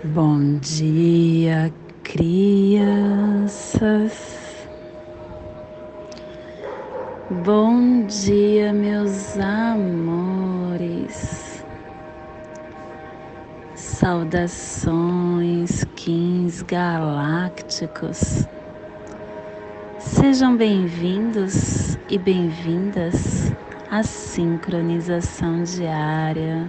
Bom dia, crianças. Bom dia, meus amores. Saudações, Kins galácticos. Sejam bem-vindos e bem-vindas à sincronização diária.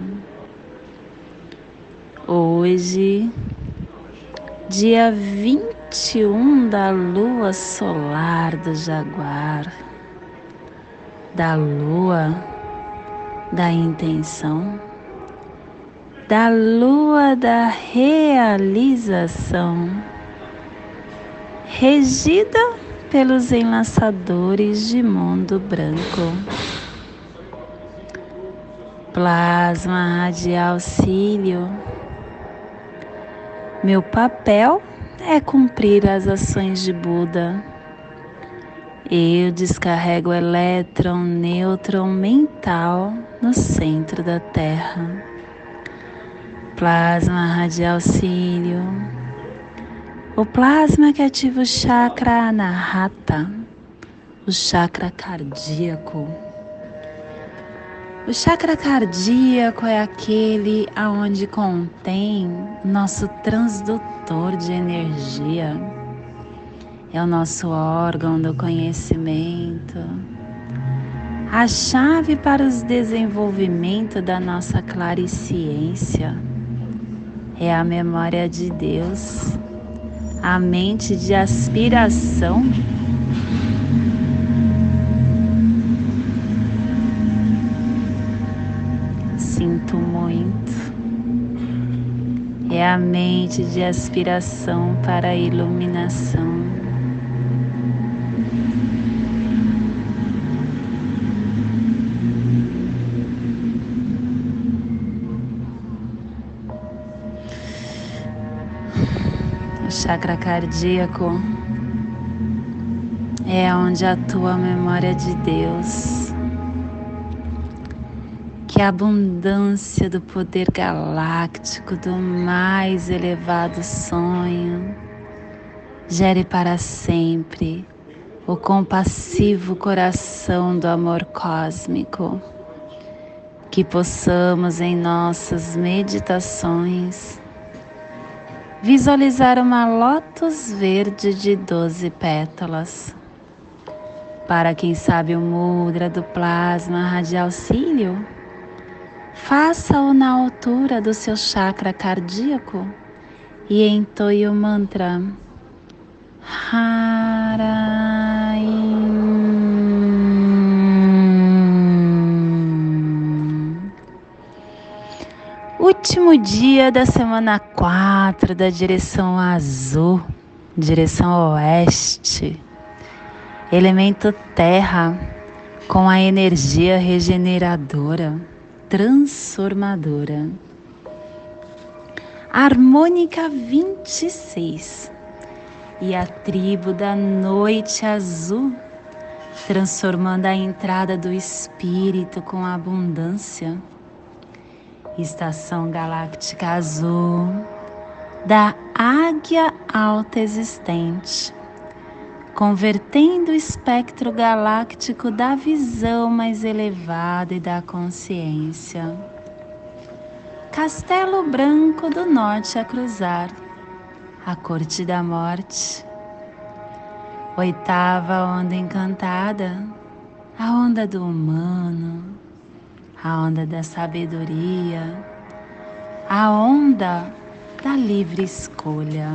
Hoje, dia 21 da lua solar do Jaguar, da lua da intenção, da lua da realização, regida pelos enlaçadores de mundo branco. Plasma radial Cílio. Meu papel é cumprir as ações de Buda. Eu descarrego o elétron nêutron mental no centro da Terra. Plasma radial Cílio. O plasma que ativa o chakra Anahata, o chakra cardíaco. O chakra cardíaco é aquele aonde contém nosso transdutor de energia. É o nosso órgão do conhecimento, a chave para o desenvolvimento da nossa clarisciência. É a memória de Deus, a mente de aspiração. Sinto muito. É a mente de aspiração para a iluminação. O chakra cardíaco é onde atua a memória de Deus. Que a abundância do poder galáctico do mais elevado sonho gere para sempre o compassivo coração do amor cósmico. Que possamos em nossas meditações visualizar uma lótus verde de 12 pétalas. Para quem sabe o mudra do plasma radial Cílio, faça-o na altura do seu chakra cardíaco e entoie o mantra Haraim. Último dia da semana 4 da direção azul, direção oeste, elemento terra com a energia regeneradora, transformadora. Harmônica 26 e a tribo da noite azul, transformando a entrada do espírito com abundância. Estação galáctica azul da águia alta existente, convertendo o espectro galáctico da visão mais elevada e da consciência. Castelo branco do norte a cruzar, a corte da morte. Oitava onda encantada, a onda do humano, a onda da sabedoria, a onda da livre escolha.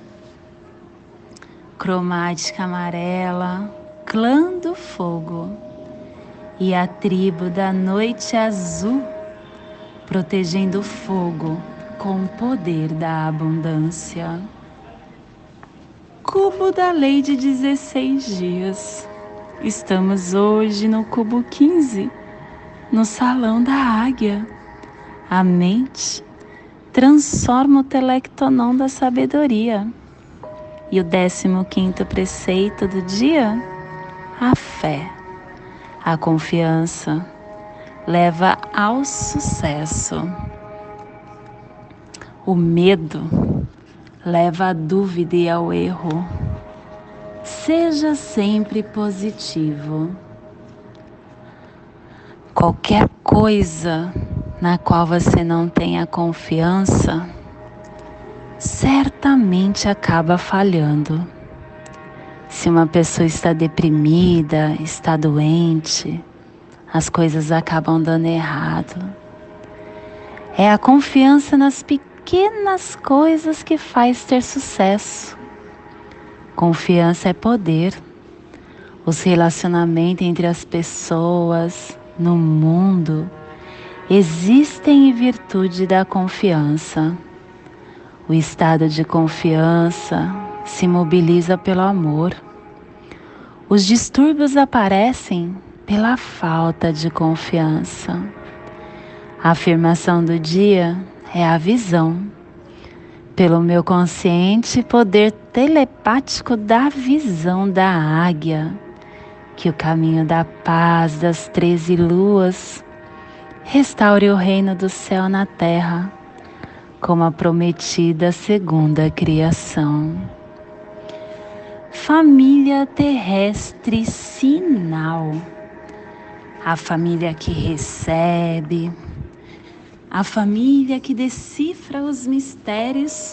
Cromática amarela, clã do fogo e a tribo da noite azul, protegendo o fogo com o poder da abundância. Cubo da lei de 16 dias. Estamos hoje no cubo 15, no salão da águia. A mente transforma o telectonon da sabedoria. E o 15º preceito do dia, a fé, a confiança, leva ao sucesso. O medo leva à dúvida e ao erro. Seja sempre positivo. Qualquer coisa na qual você não tenha confiança, certamente acaba falhando. Se uma pessoa está deprimida, está doente, as coisas acabam dando errado. É a confiança nas pequenas coisas que faz ter sucesso. Confiança é poder. Os relacionamentos entre as pessoas no mundo existem em virtude da confiança. O estado de confiança se mobiliza pelo amor. Os distúrbios aparecem pela falta de confiança. A afirmação do dia é a visão. Pelo meu consciente poder telepático da visão da águia, que o caminho da paz das 13 luas restaure o reino do céu na terra, como a prometida segunda criação. Família terrestre sinal. A família que recebe, a família que decifra os mistérios,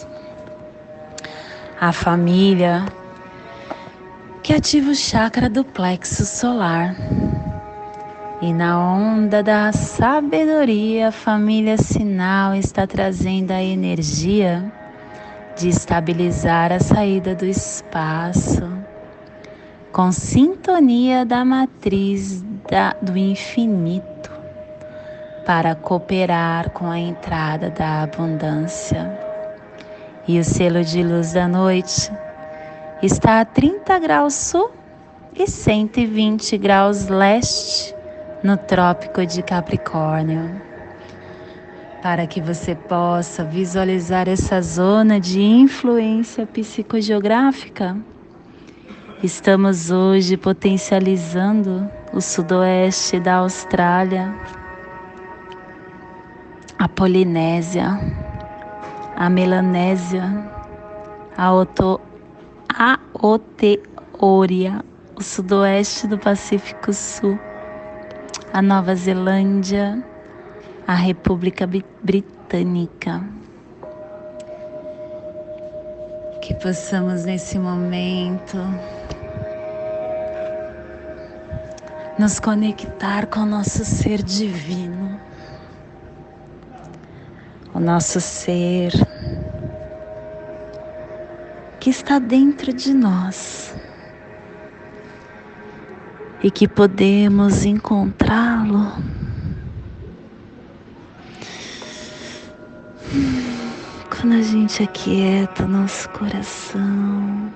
a família que ativa o chakra do plexo solar. E na onda da sabedoria, a família sinal está trazendo a energia de estabilizar a saída do espaço, com sintonia da matriz do infinito, para cooperar com a entrada da abundância. E o selo de luz da noite está a 30 graus sul e 120 graus leste no Trópico de Capricórnio. Para que você possa visualizar essa zona de influência psicogeográfica, estamos hoje potencializando o sudoeste da Austrália, a Polinésia, a Melanésia, a Oteória, o sudoeste do Pacífico Sul, a Nova Zelândia, a República Britânica. Que possamos nesse momento nos conectar com o nosso ser divino, o nosso ser que está dentro de nós e que podemos encontrá-lo quando a gente aquieta o nosso coração,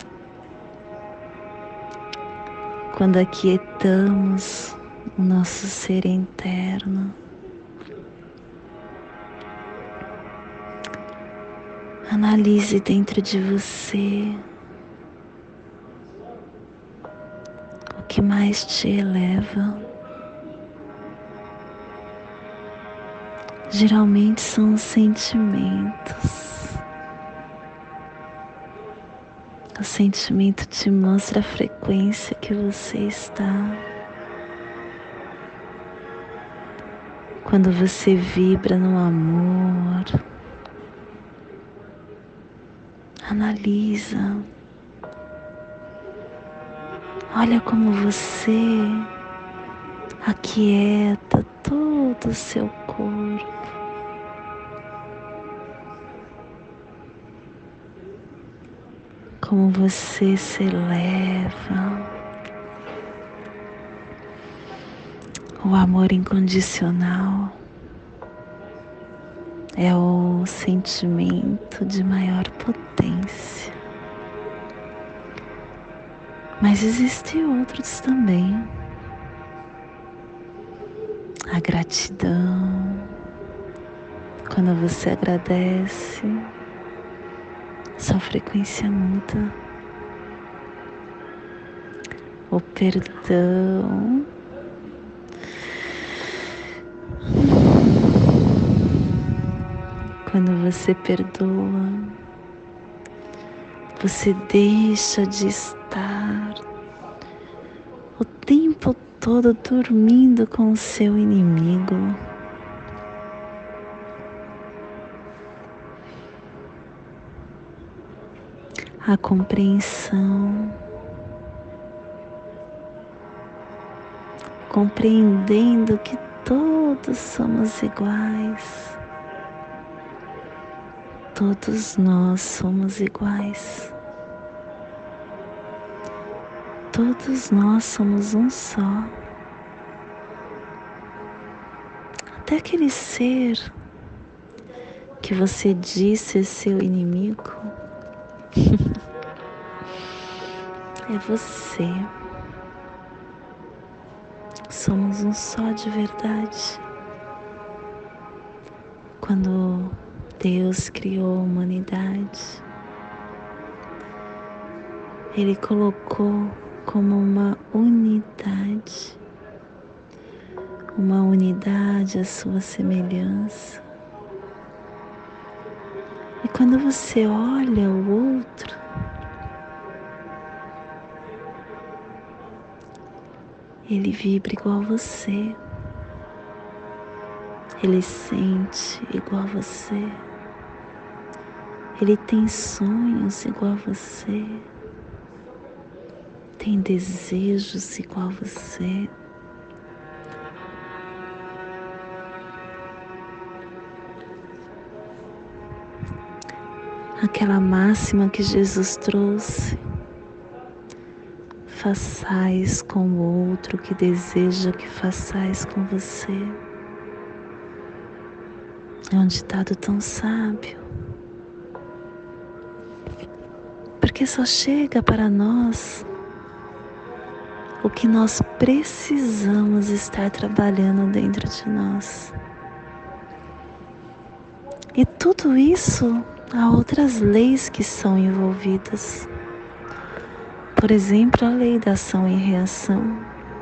quando aquietamos o nosso ser interno. Analise dentro de você o que mais te eleva. Geralmente são os sentimentos. O sentimento te mostra a frequência que você está. Quando você vibra no amor, analisa. Olha como você aquieta todo o seu corpo. Como você se eleva. O amor incondicional é o sentimento de maior potência. Mas existem outros também. A gratidão. Quando você agradece, sua frequência muda. O perdão. Quando você perdoa, Você deixa de estar o tempo todo dormindo com o seu inimigo. A compreensão, compreendendo que todos somos iguais, todos nós somos iguais, todos nós somos um só. Até aquele ser que você disse ser seu inimigo, é você. Somos um só de verdade. Quando Deus criou a humanidade, Ele colocou como uma unidade à sua semelhança. E quando você olha o outro, ele vibra igual a você, ele sente igual a você, ele tem sonhos igual a você, tem desejos igual a você. Aquela máxima que Jesus trouxe: façais com o outro o que deseja que façais com você. É um ditado tão sábio, porque só chega para nós o que nós precisamos estar trabalhando dentro de nós. E tudo isso, há outras leis que são envolvidas. Por exemplo, a lei da ação e reação.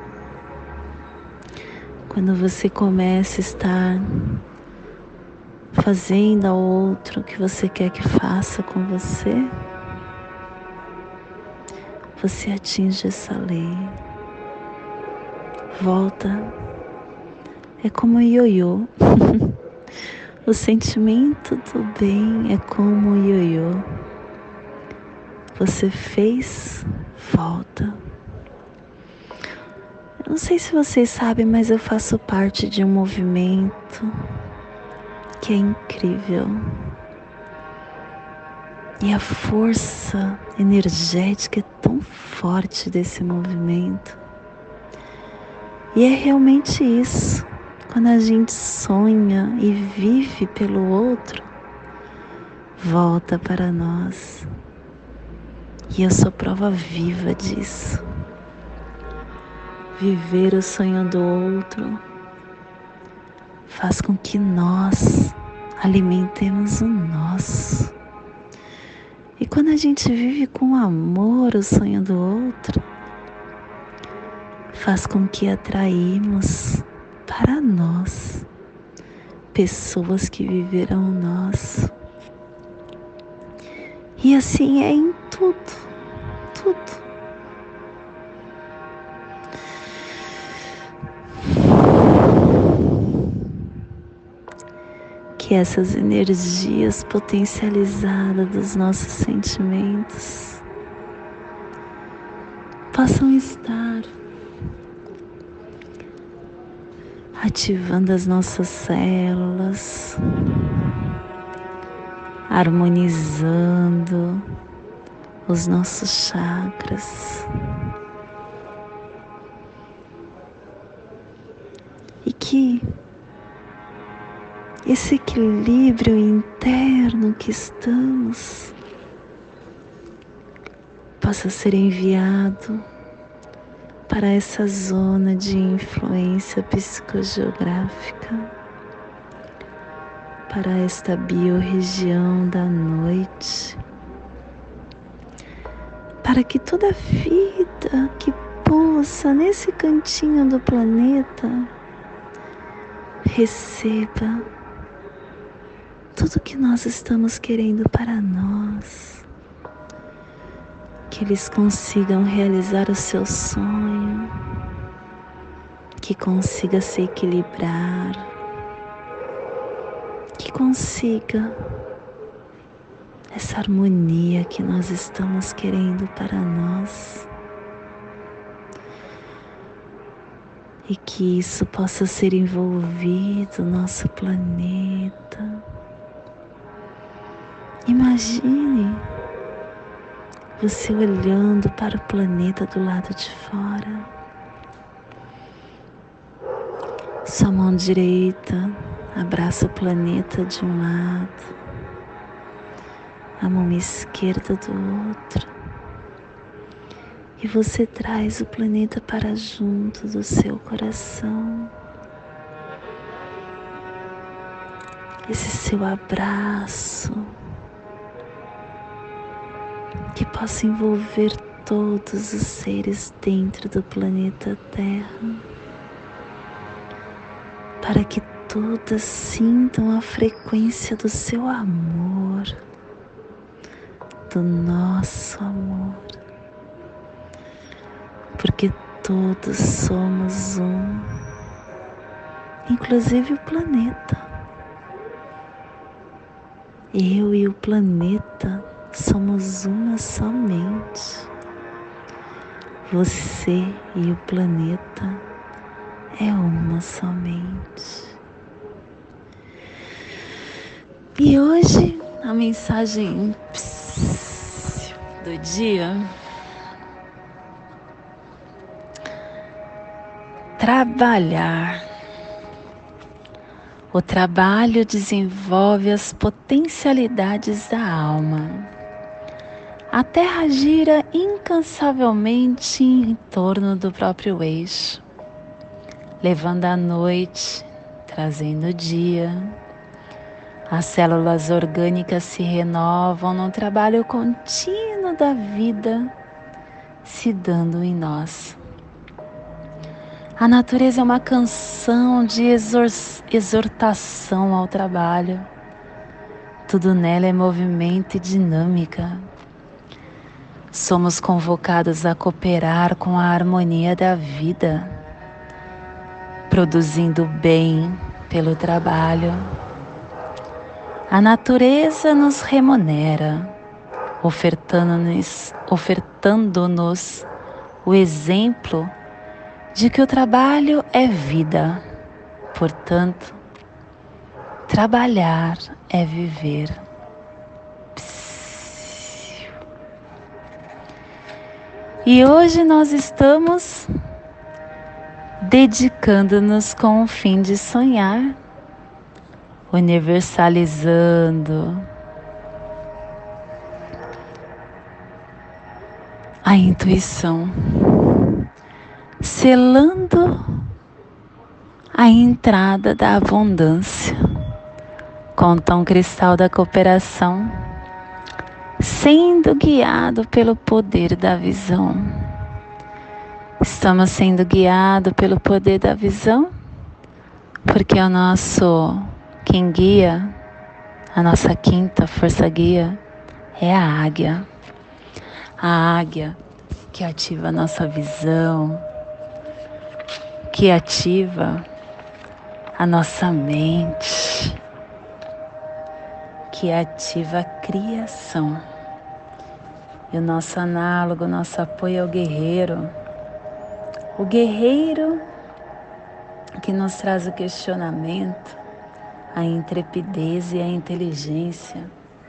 Quando você começa a estar fazendo ao outro o que você quer que faça com você, você atinge essa lei. Volta. É como ioiô. O sentimento do bem é como ioiô. Você fez, volta. Eu não sei se vocês sabem, mas eu faço parte de um movimento que é incrível. E a força energética é tão forte desse movimento. E é realmente isso. Quando a gente sonha e vive pelo outro, volta para nós. E eu sou prova viva disso. Viver o sonho do outro faz com que nós alimentemos o nosso. E quando a gente vive com amor o sonho do outro, faz com que atraímos para nós pessoas que viverão o nosso. E assim é em tudo, tudo. Que essas energias potencializadas dos nossos sentimentos possam estar ativando as nossas células, harmonizando os nossos chakras, e que esse equilíbrio interno que estamos possa ser enviado para essa zona de influência psicogeográfica, para esta biorregião da noite, para que toda vida que pulsa nesse cantinho do planeta receba tudo que nós estamos querendo para nós. que eles consigam realizar o seu sonho, que consiga se equilibrar, que consiga essa harmonia que nós estamos querendo para nós. E que isso possa ser envolvido no nosso planeta. Imagine você olhando para o planeta do lado de fora. Sua mão direita abraça o planeta de um lado, a mão esquerda do outro. E você traz o planeta para junto do seu coração. Esse seu abraço que possa envolver todos os seres dentro do planeta Terra, para que todas sintam a frequência do seu amor, do nosso amor. Porque todos somos um, inclusive o planeta. Eu e o planeta somos uma somente. Você e o planeta é uma somente. E hoje a mensagem do dia: trabalhar. O trabalho desenvolve as potencialidades da alma. A Terra gira incansavelmente em torno do próprio eixo, levando a noite, trazendo o dia. As células orgânicas se renovam no trabalho contínuo da vida se dando em nós. A natureza é uma canção de exortação ao trabalho. Tudo nela é movimento e dinâmica. Somos convocados a cooperar com a harmonia da vida, produzindo bem pelo trabalho. A natureza nos remunera, ofertando-nos o exemplo de que o trabalho é vida. Portanto, trabalhar é viver. E hoje nós estamos dedicando-nos com o fim de sonhar, universalizando a intuição, selando a entrada da abundância com o tom cristal da cooperação, sendo guiado pelo poder da visão. Estamos sendo guiados pelo poder da visão, porque o nosso quem guia, a nossa quinta força guia, é a águia. A águia que ativa a nossa visão, que ativa a nossa mente, que ativa a criação. E o nosso análogo, o nosso apoio é o guerreiro. O guerreiro que nos traz o questionamento, a intrepidez e a inteligência.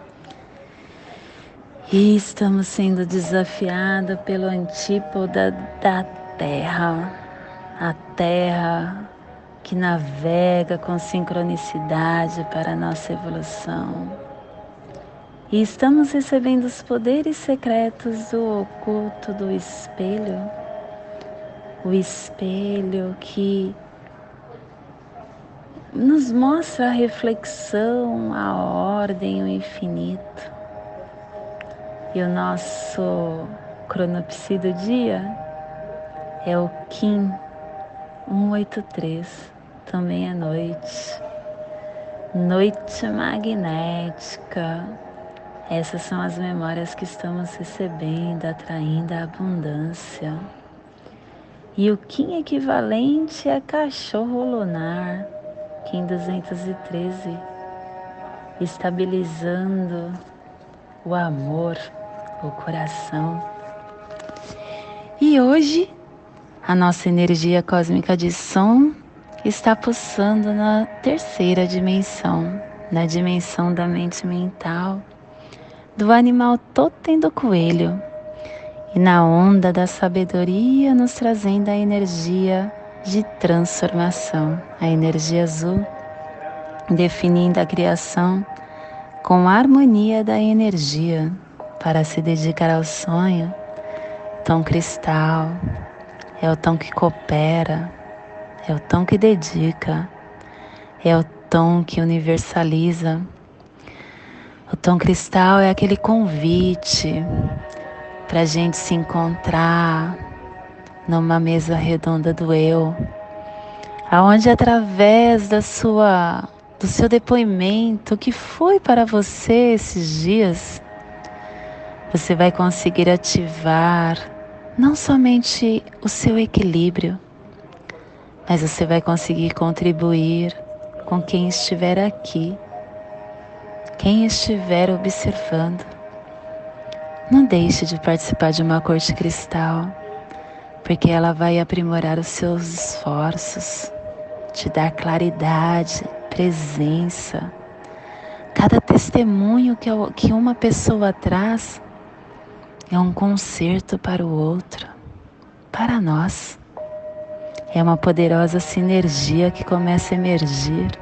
E estamos sendo desafiados pelo antípoda da Terra. A Terra que navega com sincronicidade para a nossa evolução. E estamos recebendo os poderes secretos do oculto do espelho. O espelho que nos mostra a reflexão, a ordem, o infinito. E o nosso cronopsi do dia é o Kim 183, também é noite. Noite magnética, Essas são as memórias que estamos recebendo, atraindo a abundância. E o Kim equivalente é cachorro lunar, Kim 213, estabilizando o amor, o coração. E hoje, a nossa energia cósmica de som está pulsando na terceira dimensão, na dimensão da mente mental, do animal totem do coelho, e na onda da sabedoria nos trazendo a energia de transformação, a energia azul, definindo a criação com a harmonia da energia para se dedicar ao sonho. Tom cristal é o tom que coopera, é o tom que dedica, é o tom que universaliza. O tom cristal é aquele convite para a gente se encontrar numa mesa redonda do eu, aonde através do seu depoimento, o que foi para você esses dias, você vai conseguir ativar não somente o seu equilíbrio, mas você vai conseguir contribuir com quem estiver aqui, quem estiver observando. Não deixe de participar de uma corte cristal, porque ela vai aprimorar os seus esforços, te dar claridade, presença. Cada testemunho que uma pessoa traz é um concerto para o outro, para nós. É uma poderosa sinergia que começa a emergir.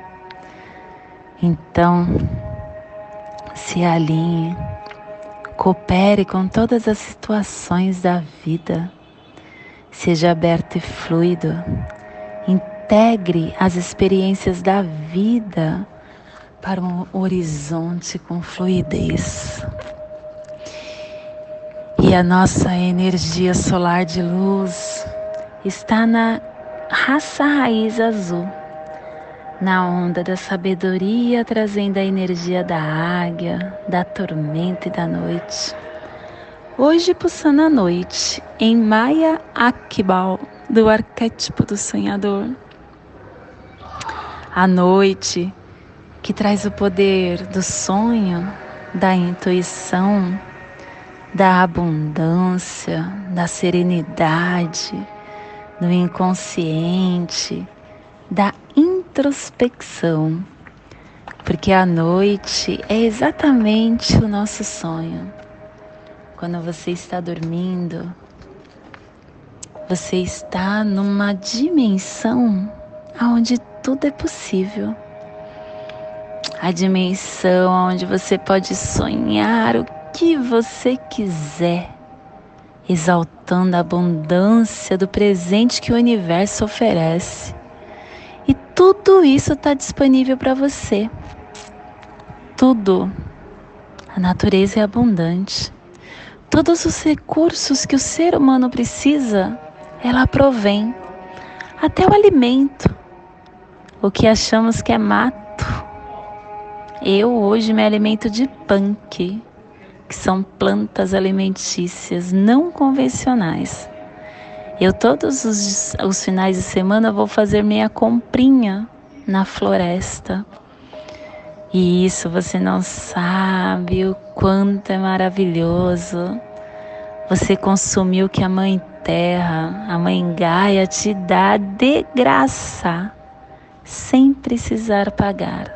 Então, se alinhe, coopere com todas as situações da vida, seja aberto e fluido, integre as experiências da vida para um horizonte com fluidez. E a nossa energia solar de luz está na raça raiz azul, na onda da sabedoria, trazendo a energia da águia, da tormenta e da noite. Hoje pulsando a noite, em Maya Akbal, do arquétipo do sonhador. A noite que traz o poder do sonho, da intuição, da abundância, da serenidade, do inconsciente, da introspecção, porque a noite é exatamente o nosso sonho. Quando você está dormindo, você está numa dimensão onde tudo é possível. A dimensão onde você pode sonhar o que você quiser, exaltando a abundância do presente que o universo oferece. E tudo isso está disponível para você. Tudo. A natureza é abundante. Todos os recursos que o ser humano precisa, ela provém. Até o alimento. O que achamos que é mato. Eu hoje me alimento de punk, que são plantas alimentícias não convencionais. Eu todos os finais de semana vou fazer minha comprinha na floresta. E isso você não sabe o quanto é maravilhoso. Você consumir o que a Mãe Terra, a Mãe Gaia te dá de graça, sem precisar pagar.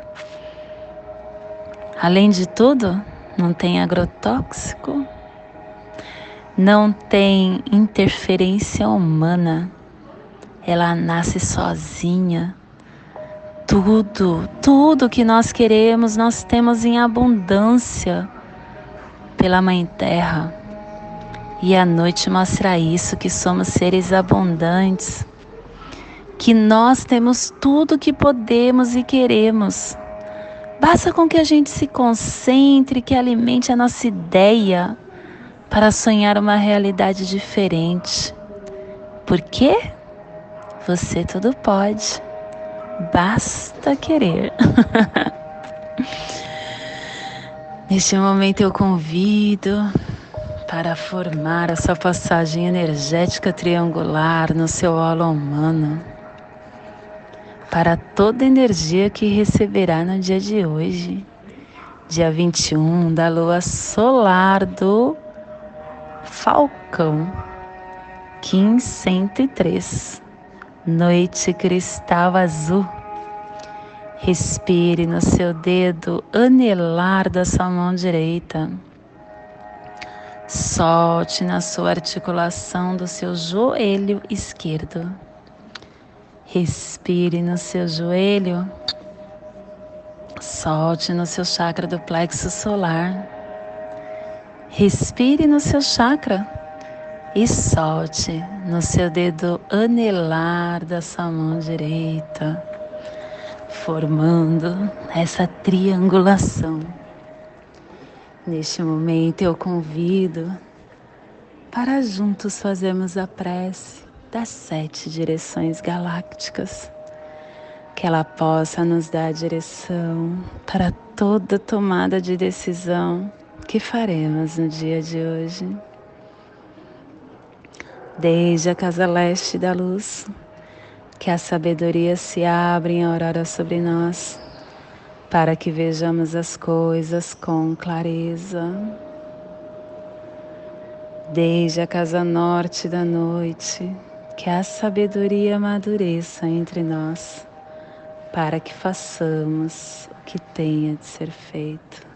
Além de tudo, não tem agrotóxico, não tem interferência humana, ela nasce sozinha. Tudo que nós queremos, nós temos em abundância pela Mãe Terra. E a noite mostra isso, que somos seres abundantes, que nós temos tudo que podemos e queremos. Basta com que a gente se concentre, que alimente a nossa ideia para sonhar uma realidade diferente. Por quê? Você tudo pode. Basta querer. Neste momento eu convido para formar a sua passagem energética triangular no seu holo humano, para toda a energia que receberá no dia de hoje, dia 21 da lua solar do Falcão, Kim 103, noite cristal azul. Respire no seu dedo anelar da sua mão direita. Solte na sua articulação do seu joelho esquerdo. Respire no seu joelho. Solte no seu chakra do plexo solar. Respire no seu chakra e solte no seu dedo anelar da sua mão direita, formando essa triangulação. Neste momento eu convido para juntos fazermos a prece das 7 direções galácticas, que ela possa nos dar a direção para toda tomada de decisão que faremos no dia de hoje. Desde a casa leste da luz, que a sabedoria se abra em aurora sobre nós, para que vejamos as coisas com clareza. Desde a casa norte da noite, que a sabedoria amadureça entre nós, para que façamos o que tenha de ser feito.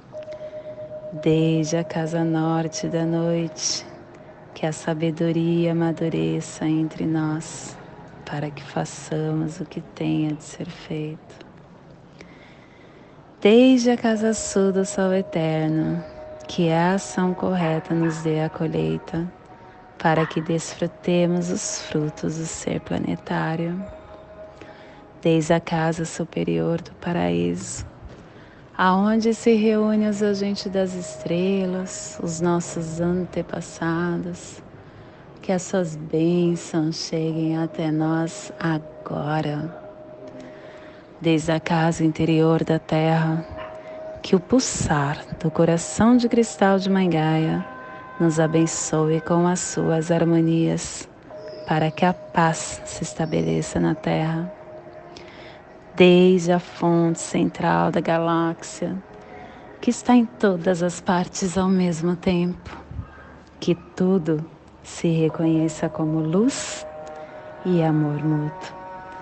Desde a casa norte da noite, que a sabedoria amadureça entre nós, para que façamos o que tenha de ser feito. Desde a casa sul do sol eterno, que a ação correta nos dê a colheita, para que desfrutemos os frutos do ser planetário. Desde a casa superior do paraíso, aonde se reúnem os agentes das estrelas, os nossos antepassados, que as suas bênçãos cheguem até nós agora. Desde a casa interior da Terra, que o pulsar do coração de cristal de Mãe Gaia nos abençoe com as suas harmonias, para que a paz se estabeleça na Terra. Desde a fonte central da galáxia, que está em todas as partes ao mesmo tempo, que tudo se reconheça como luz e amor mútuo.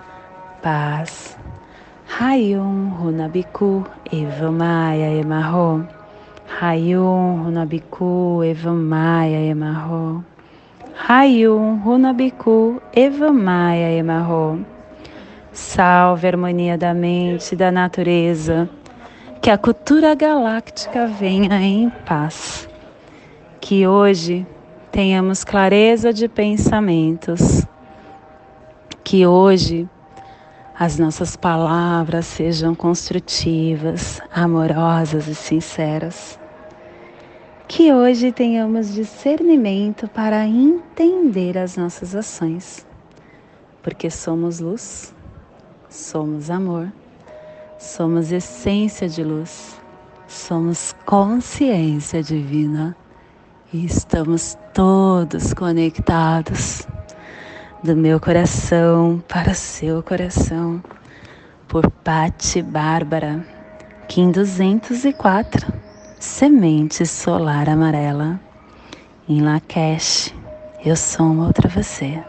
Paz. Hayum Runabiku Evamaya Emarro. Hayum Runabiku Evamaya Emarro. Hayum Runabiku Evamaya Emarro. Salve a harmonia da mente e da natureza. Que a cultura galáctica venha em paz. Que hoje tenhamos clareza de pensamentos. Que hoje as nossas palavras sejam construtivas, amorosas e sinceras. Que hoje tenhamos discernimento para entender as nossas ações. Porque somos luz. Somos amor, somos essência de luz, somos consciência divina e estamos todos conectados do meu coração para o seu coração, por Patti Bárbara, Kim 204, semente solar amarela, em Lakesh, eu sou uma outra você.